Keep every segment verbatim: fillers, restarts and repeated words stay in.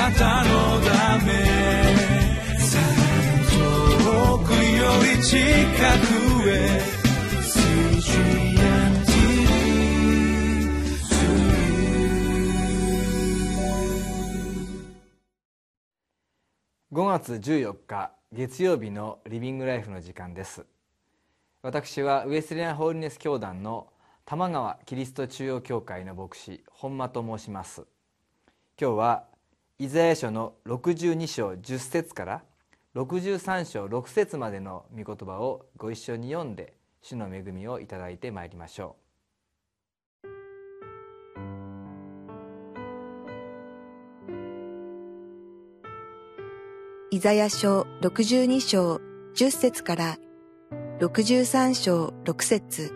なたのため遠くより近くへごがつじゅうよっか月曜日のリビングライフの時間です。私はウエスレアンホーリネス教団の玉川キリスト中央教会の牧師本間と申します。今日はイザヤ書のろくじゅうにしょうじゅっせつからろくじゅうさんしょうろくせつまでの御言葉をご一緒に読んで主の恵みをいただいてまいりましょう。 イザヤ書ろくじゅうにしょうじゅっせつからろくじゅうさんしょうろくせつ。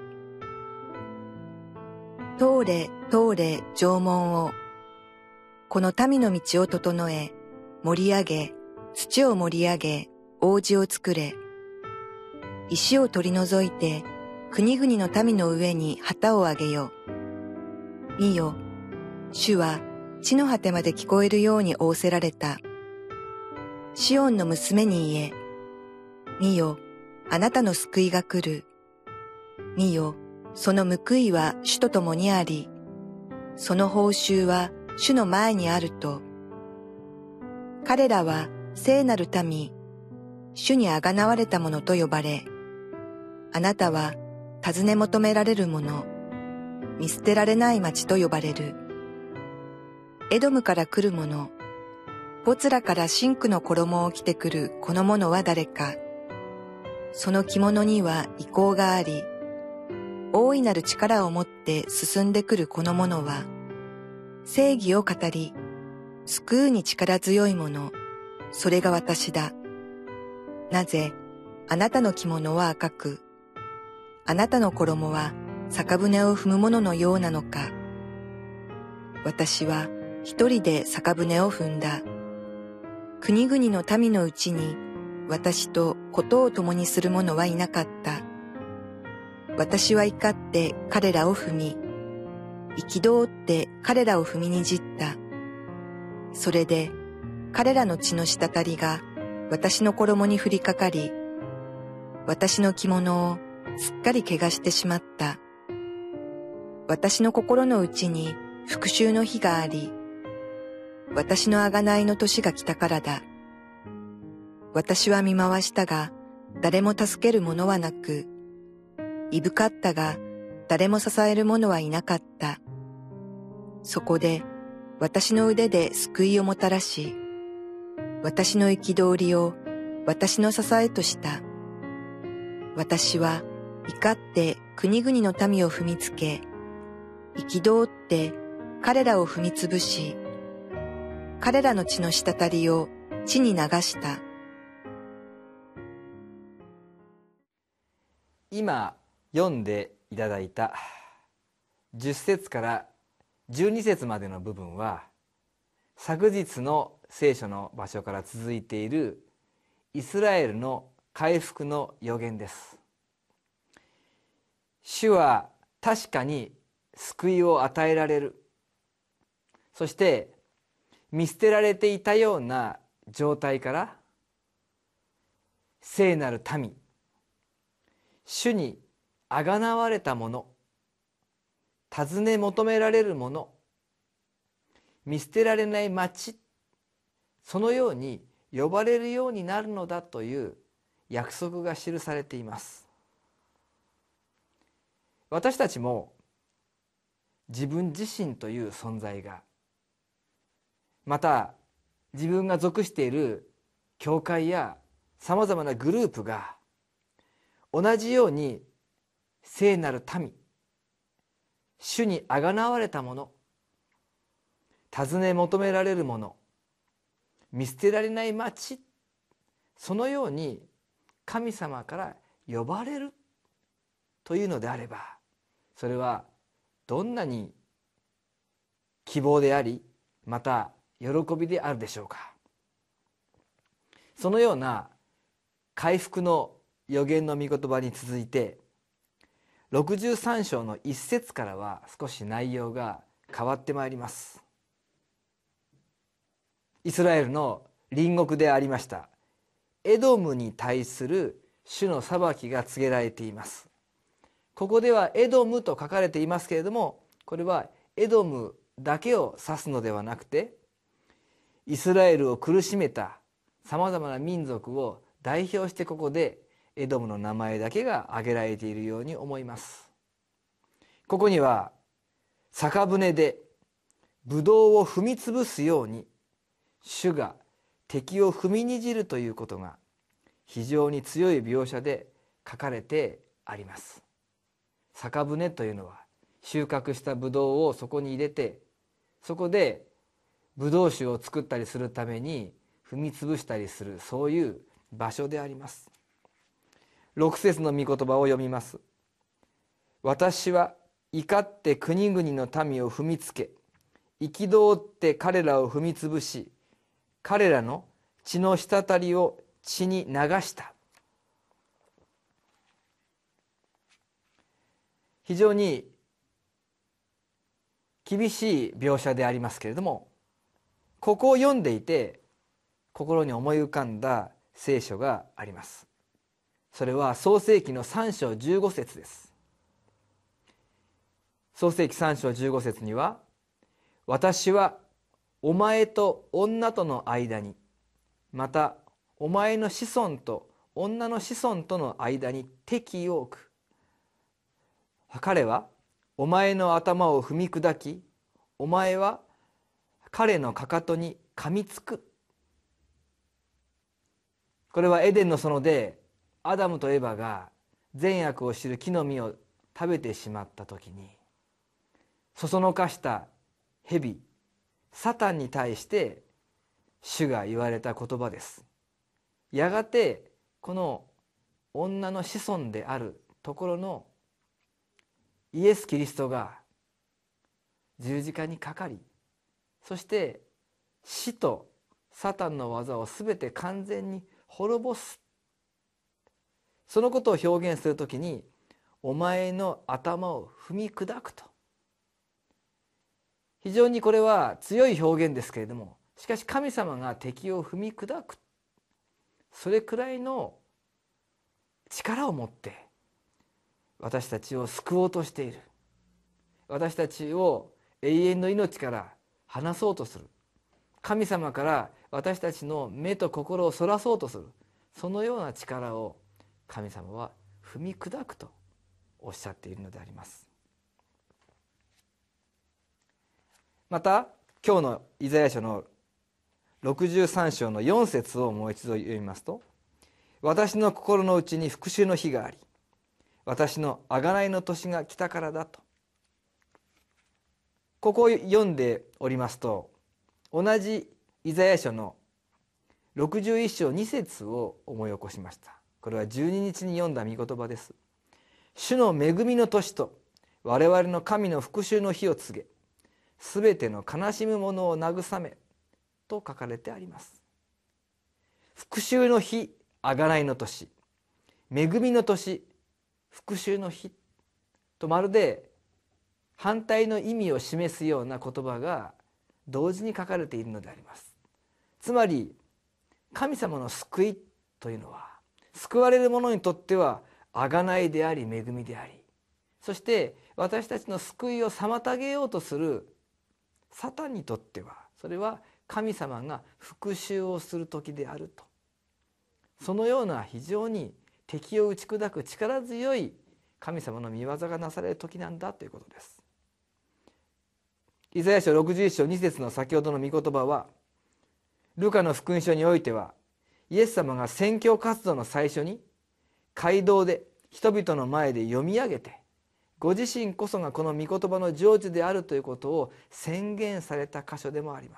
通れ通れ城門を、この民の道を整え、盛り上げ、土を盛り上げ、王子を作れ。石を取り除いて、国々の民の上に旗を上げよ。見よ、主は地の果てまで聞こえるように仰せられた。シオンの娘に言え、見よ、あなたの救いが来る。見よ、その報いは主と共にあり、その報酬は主の前にあると。彼らは聖なる民、主にあがなわれたものと呼ばれ、あなたは尋ね求められるもの、見捨てられない町と呼ばれる。エドムから来る者、ボツラから真紅の衣を着てくるこの者は誰か。その着物には威光があり、大いなる力を持って進んでくるこの者は、正義を語り、救うに力強い者、それが私だ。なぜ、あなたの着物は赤く、あなたの衣は酒舟を踏む者のようなのか。私は一人で酒舟を踏んだ。国々の民のうちに私とことを共にする者はいなかった。私は怒って彼らを踏み、憤って彼らを踏みにじった。それで彼らの血の滴りが私の衣に降りかかり、私の着物をすっかり汚してしまった。私の心の内に復讐の火があり、私の贖いの年が来たからだ。私は見回したが、誰も助ける者はなく、いぶかったが、誰も支える者はいなかった。そこで、私の腕で救いをもたらし、私の憤りを私の支えとした。私は怒って国々の民を踏みつけ、憤って彼らを踏みつぶし、彼らの血の滴りを地に流した。 今読んでいただいたじゅっせつからじゅうにせつまでの部分は、昨日の聖書の場所から続いているイスラエルの回復の予言です。主は確かに救いを与えられる。そして見捨てられていたような状態から聖なる民、主にあがなわれたもの、尋ね求められるもの、見捨てられない町、そのように呼ばれるようになるのだという約束が記されています。私たちも自分自身という存在が、また自分が属している教会やさまざまなグループが同じように聖なる民、主にあがなわれたもの、尋ね求められるもの、見捨てられない町、そのように神様から呼ばれるというのであれば、それはどんなに希望であり、また喜びであるでしょうか。そのような回復の予言の御言葉に続いて、ろくじゅうさんしょうのいっせつからは少し内容が変わってまいります。 イスラエルの隣国でありましたエドムに対する主の裁きが告げられています。ここではエドムと書かれていますけれども、これはエドムだけを指すのではなくて、イスラエルを苦しめたさまざまな民族を代表してここでエドムの名前だけが挙げられているように思います。ここには酒舟でブドウを踏み潰すように主が敵を踏みにじるということが非常に強い描写で書かれてあります。酒舟というのは収穫したブドウをそこに入れて、そこでブドウ酒を作ったりするために踏み潰したりする、そういう場所であります。ろく節の御言葉を読みます。私は怒って国々の民を踏みつけ、憤って彼らを踏み潰し、彼らの血の滴りを血に流した。非常に厳しい描写でありますけれども、ここを読んでいて心に思い浮かんだ聖書があります。それは創世記のさん章じゅうご節です。創世記さん章じゅうご節には、私はお前と女との間に、またお前の子孫と女の子孫との間に敵を置く。彼はお前の頭を踏み砕き、お前は彼のかかとに噛みつく。これはエデンの園でアダムとエバが善悪を知る木の実を食べてしまった時に、そそのかした蛇サタンに対して主が言われた言葉です。やがてこの女の子孫であるところのイエス・キリストが十字架にかかり、そして死とサタンの技をすべて完全に滅ぼす、そのことを表現するときに、お前の頭を踏み砕くと、非常にこれは強い表現ですけれども、しかし神様が敵を踏み砕く、それくらいの力を持って私たちを救おうとしている、私たちを永遠の命から離そうとする、神様から私たちの目と心をそらそうとする、そのような力を神様は踏み砕くとおっしゃっているのであります。また今日のイザヤ書のろくじゅうさん章のよん節をもう一度読みますと、私の心の内に復讐の日があり、私の贖いの年が来たからだと、ここを読んでおりますと、同じイザヤ書のろくじゅういち章に節を思い起こしました。これはじゅうににちに読んだ御言葉です。主の恵みの年と我々の神の復讐の日を告げ、すべての悲しむ者を慰めと書かれてあります。復讐の日、贖いの年、恵みの年、復讐の日と、まるで反対の意味を示すような言葉が同時に書かれているのであります。つまり神様の救いというのは、救われる者にとっては贖いであり恵みであり、そして私たちの救いを妨げようとするサタンにとっては、それは神様が復讐をする時であると、そのような非常に敵を打ち砕く力強い神様の御業がなされる時なんだということです。イザヤ書ろくじゅういち章に節の先ほどの御言葉は、ルカの福音書においてはイエス様が宣教活動の最初に街道で人々の前で読み上げて、ご自身こそがこの御言葉の成就であるということを宣言された箇所でもあります。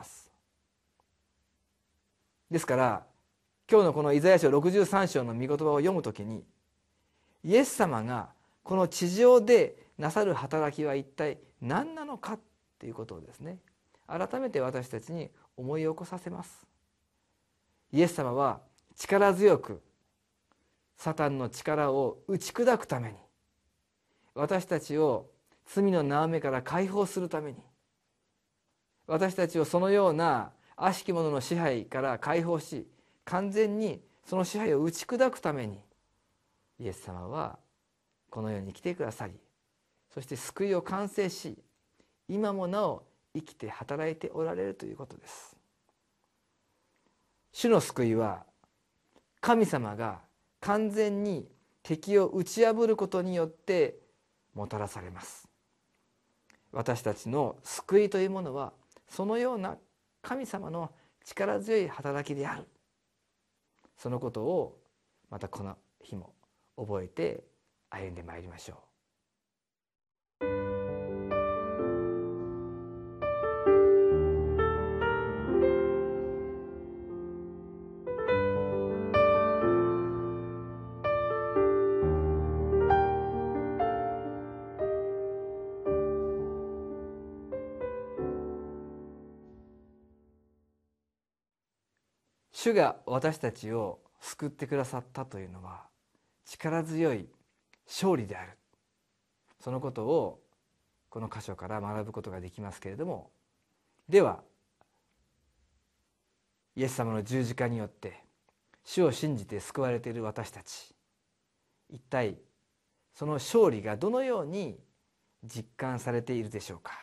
ですから今日のこのイザヤ書ろくじゅうさん章の御言葉を読むときに、イエス様がこの地上でなさる働きは一体何なのかということをですね、改めて私たちに思い起こさせます。イエス様は力強くサタンの力を打ち砕くために、私たちを罪の縄目から解放するために、私たちをそのような悪しき者の支配から解放し、完全にその支配を打ち砕くためにイエス様はこの世に来てくださり、そして救いを完成し、今もなお生きて働いておられるということです。主の救いは神様が完全に敵を打ち破ることによってもたらされます。私たちの救いというものはそのような神様の力強い働きである。そのことをまたこの日も覚えて歩んでまいりましょう。主が私たちを救ってくださったというのは力強い勝利である。そのことをこの箇所から学ぶことができますけれども、ではイエス様の十字架によって主を信じて救われている私たち、一体その勝利がどのように実感されているでしょうか。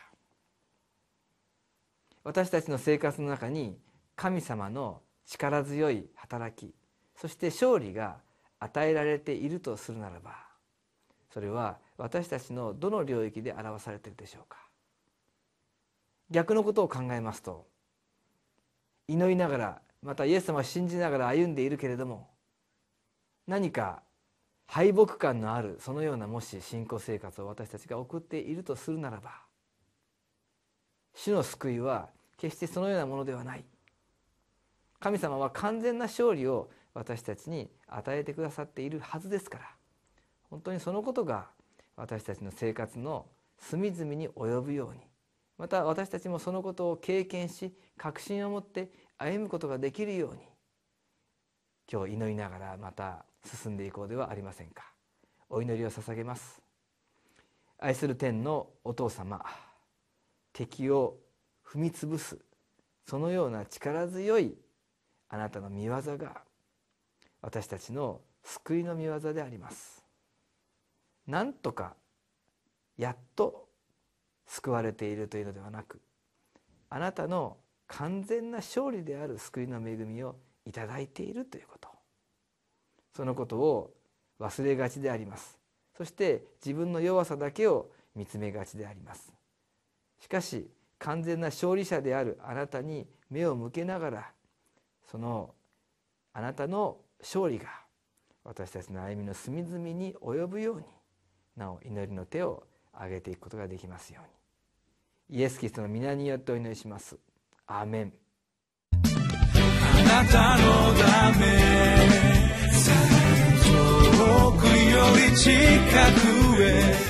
私たちの生活の中に神様の力強い働き、そして勝利が与えられているとするならば、それは私たちのどの領域で表されているでしょうか。逆のことを考えますと、祈りながら、またイエス様を信じながら歩んでいるけれども、何か敗北感のあるそのようなもし信仰生活を私たちが送っているとするならば、主の救いは決してそのようなものではない。神様は完全な勝利を私たちに与えてくださっているはずですから、本当にそのことが私たちの生活の隅々に及ぶように、また私たちもそのことを経験し確信を持って歩むことができるように、今日祈りながらまた進んでいこうではありませんか。お祈りを捧げます。愛する天のお父様、敵を踏みつぶすそのような力強いあなたの御業が私たちの救いの御業であります。なんとかやっと救われているというのではなく、あなたの完全な勝利である救いの恵みをいただいているということ、そのことを忘れがちであります。そして自分の弱さだけを見つめがちであります。しかし完全な勝利者であるあなたに目を向けながら、そのあなたの勝利が私たちの歩みの隅々に及ぶように、なお祈りの手を挙げていくことができますように、イエス・キリストの皆によってお祈りします。アーメン。 あなたのため遠くより近くへ